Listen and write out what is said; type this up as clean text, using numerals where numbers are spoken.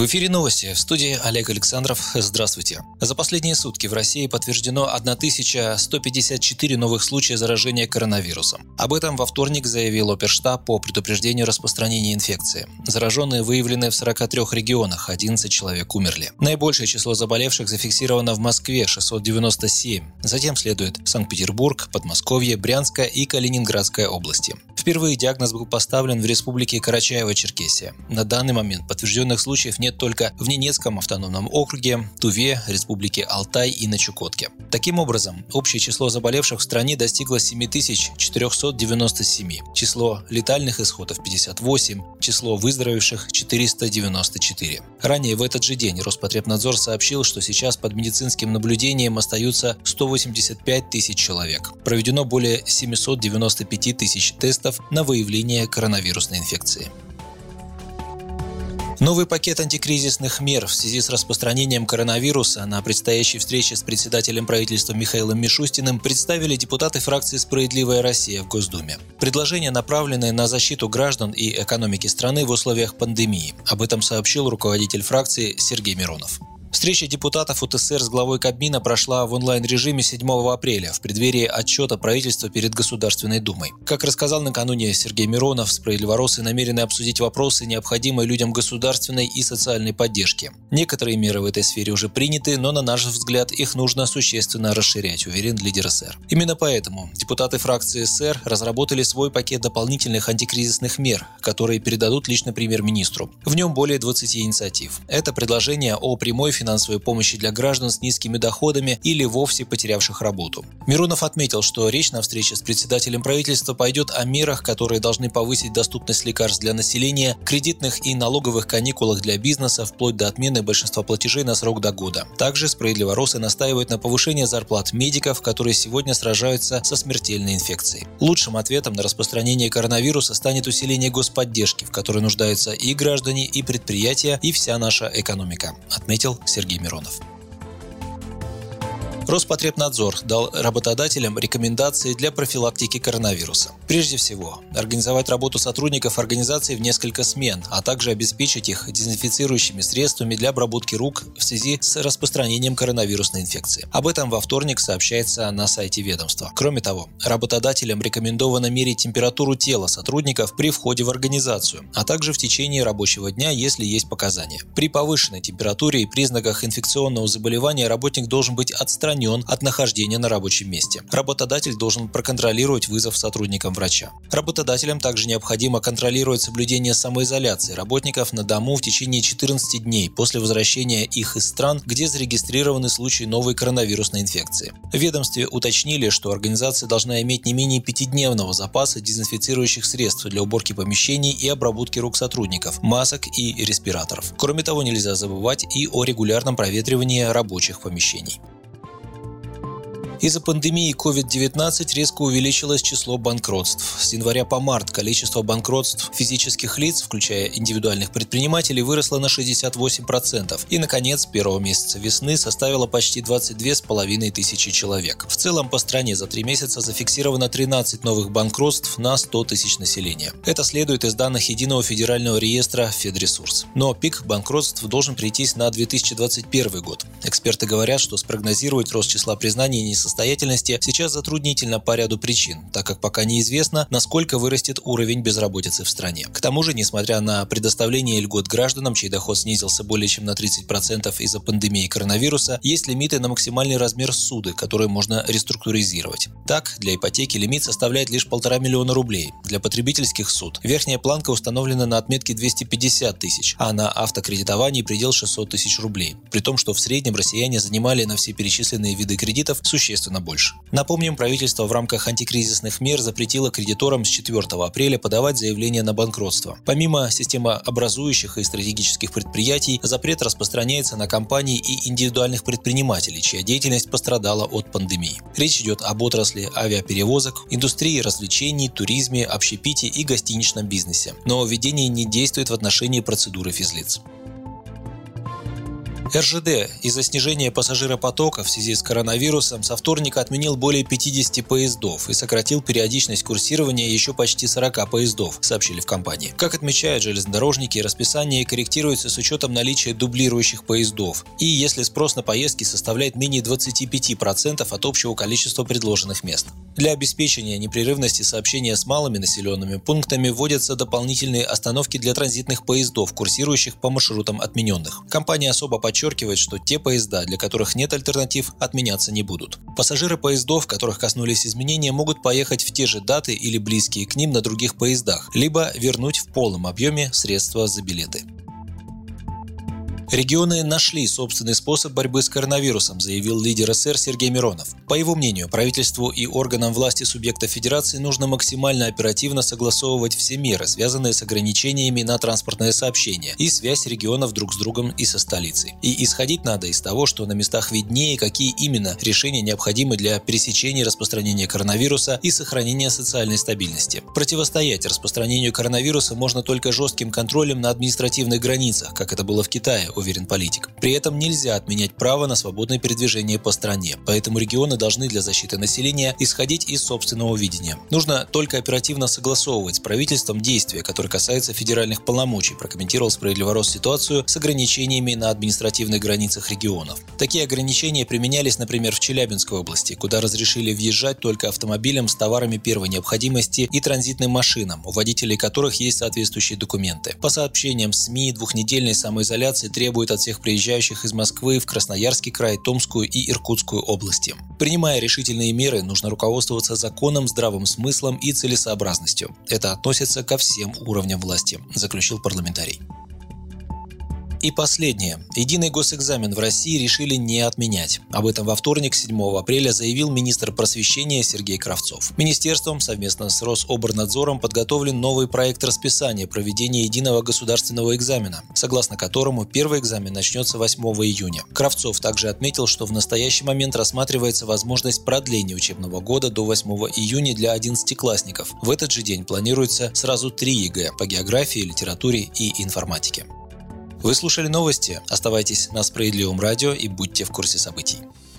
В эфире новости. В студии Олег Александров. Здравствуйте. За последние сутки в России подтверждено 1154 новых случая заражения коронавирусом. Об этом во вторник заявил Оперштаб по предупреждению распространения инфекции. Зараженные выявлены в 43 регионах, 11 человек умерли. Наибольшее число заболевших зафиксировано в Москве – 697. Затем следует Санкт-Петербург, Подмосковье, Брянская и Калининградская области. Впервые диагноз был поставлен в республике Карачаево-Черкесия. На данный момент подтвержденных случаев нет только в Ненецком автономном округе, Туве, Республике Алтай и на Чукотке. Таким образом, общее число заболевших в стране достигло 7497, число летальных исходов – 58, число выздоровевших – 494. Ранее в этот же день Роспотребнадзор сообщил, что сейчас под медицинским наблюдением остаются 185 тысяч человек. Проведено более 795 тысяч тестов на выявление коронавирусной инфекции. Новый пакет антикризисных мер в связи с распространением коронавируса на предстоящей встрече с председателем правительства Михаилом Мишустиным представили депутаты фракции «Справедливая Россия» в Госдуме. Предложения направлены на защиту граждан и экономики страны в условиях пандемии. Об этом сообщил руководитель фракции Сергей Миронов. Встреча депутатов УТСР с главой Кабмина прошла в онлайн-режиме 7 апреля в преддверии отчета правительства перед Государственной Думой. Как рассказал накануне Сергей Миронов, справедливоросы намерены обсудить вопросы, необходимые людям государственной и социальной поддержки. Некоторые меры в этой сфере уже приняты, но, на наш взгляд, их нужно существенно расширять, уверен лидер СР. Именно поэтому депутаты фракции СР разработали свой пакет дополнительных антикризисных мер, которые передадут лично премьер-министру. В нем более 20 инициатив. Это предложение о прямой финансовой помощи для граждан с низкими доходами или вовсе потерявших работу. Миронов отметил, что речь на встрече с председателем правительства пойдет о мерах, которые должны повысить доступность лекарств для населения, кредитных и налоговых каникулах для бизнеса, вплоть до отмены большинства платежей на срок до года. Также справедливоросы настаивают на повышении зарплат медиков, которые сегодня сражаются со смертельной инфекцией. Лучшим ответом на распространение коронавируса станет усиление господдержки, в которой нуждаются и граждане, и предприятия, и вся наша экономика, отметил Сергей Миронов. Роспотребнадзор дал работодателям рекомендации для профилактики коронавируса. Прежде всего, организовать работу сотрудников организации в несколько смен, а также обеспечить их дезинфицирующими средствами для обработки рук в связи с распространением коронавирусной инфекции. Об этом во вторник сообщается на сайте ведомства. Кроме того, работодателям рекомендовано мерить температуру тела сотрудников при входе в организацию, а также в течение рабочего дня, если есть показания. При повышенной температуре и признаках инфекционного заболевания работник должен быть отстранен от нахождения на рабочем месте. Работодатель должен проконтролировать вызов сотрудникам врача. Работодателям также необходимо контролировать соблюдение самоизоляции работников на дому в течение 14 дней после возвращения их из стран, где зарегистрированы случаи новой коронавирусной инфекции. В ведомстве уточнили, что организация должна иметь не менее 5-дневного запаса дезинфицирующих средств для уборки помещений и обработки рук сотрудников, масок и респираторов. Кроме того, нельзя забывать и о регулярном проветривании рабочих помещений. Из-за пандемии COVID-19 резко увеличилось число банкротств. С января по март количество банкротств физических лиц, включая индивидуальных предпринимателей, выросло на 68%. И, наконец, с первого месяца весны составило почти 22,5 тысячи человек. В целом по стране за 3 месяца зафиксировано 13 новых банкротств на 100 тысяч населения. Это следует из данных Единого федерального реестра Федресурс. Но пик банкротств должен прийтись на 2021 год. Эксперты говорят, что спрогнозировать рост числа признаний несостоятельности сейчас затруднительно по ряду причин, так как пока неизвестно, насколько вырастет уровень безработицы в стране. К тому же, несмотря на предоставление льгот гражданам, чей доход снизился более чем на 30% из-за пандемии коронавируса, есть лимиты на максимальный размер ссуды, которые можно реструктуризировать. Так, для ипотеки лимит составляет лишь 1,5 миллиона рублей. Для потребительских ссуд верхняя планка установлена на отметке 250 тысяч, а на автокредитовании предел 600 тысяч рублей. При том, что в среднем россияне занимали на все перечисленные виды кредитов существенно больше. Напомним, правительство в рамках антикризисных мер запретило кредиторам с 4 апреля подавать заявление на банкротство. Помимо системообразующих и стратегических предприятий, запрет распространяется на компании и индивидуальных предпринимателей, чья деятельность пострадала от пандемии. Речь идет об отрасли авиаперевозок, индустрии развлечений, туризме, общепите и гостиничном бизнесе. Но введение не действует в отношении процедуры физлиц. РЖД из-за снижения пассажиропотока в связи с коронавирусом со вторника отменил более 50 поездов и сократил периодичность курсирования еще почти 40 поездов, сообщили в компании. Как отмечают железнодорожники, расписание корректируется с учетом наличия дублирующих поездов и если спрос на поездки составляет менее 25% от общего количества предложенных мест. Для обеспечения непрерывности сообщения с малыми населенными пунктами вводятся дополнительные остановки для транзитных поездов, курсирующих по маршрутам отмененных. Компания особо подчеркивает, что те поезда, для которых нет альтернатив, отменяться не будут. Пассажиры поездов, которых коснулись изменения, могут поехать в те же даты или близкие к ним на других поездах, либо вернуть в полном объеме средства за билеты. Регионы нашли собственный способ борьбы с коронавирусом, заявил лидер СР Сергей Миронов. По его мнению, правительству и органам власти субъектов Федерации нужно максимально оперативно согласовывать все меры, связанные с ограничениями на транспортное сообщение и связь регионов друг с другом и со столицей. И исходить надо из того, что на местах виднее, какие именно решения необходимы для пересечения распространения коронавируса и сохранения социальной стабильности. Противостоять распространению коронавируса можно только жестким контролем на административных границах, как это было в Китае, уверен политик. При этом нельзя отменять право на свободное передвижение по стране, поэтому регионы должны для защиты населения исходить из собственного видения. Нужно только оперативно согласовывать с правительством действия, которые касаются федеральных полномочий, прокомментировал «Справедливо Рос» ситуацию с ограничениями на административных границах регионов. Такие ограничения применялись, например, в Челябинской области, куда разрешили въезжать только автомобилям с товарами первой необходимости и транзитным машинам, у водителей которых есть соответствующие документы. По сообщениям СМИ, двухнедельной самоизоляции требует от всех приезжающих из Москвы в Красноярский край, Томскую и Иркутскую области. Принимая решительные меры, нужно руководствоваться законом, здравым смыслом и целесообразностью. Это относится ко всем уровням власти, заключил парламентарий. И последнее. Единый госэкзамен в России решили не отменять. Об этом во вторник, 7 апреля, заявил министр просвещения Сергей Кравцов. Министерством совместно с Рособорнадзором подготовлен новый проект расписания проведения единого государственного экзамена, согласно которому первый экзамен начнется 8 июня. Кравцов также отметил, что в настоящий момент рассматривается возможность продления учебного года до 8 июня для 11-классников. В этот же день планируется сразу 3 ЕГЭ по географии, литературе и информатике. Вы слушали новости. Оставайтесь на Справедливом радио и будьте в курсе событий.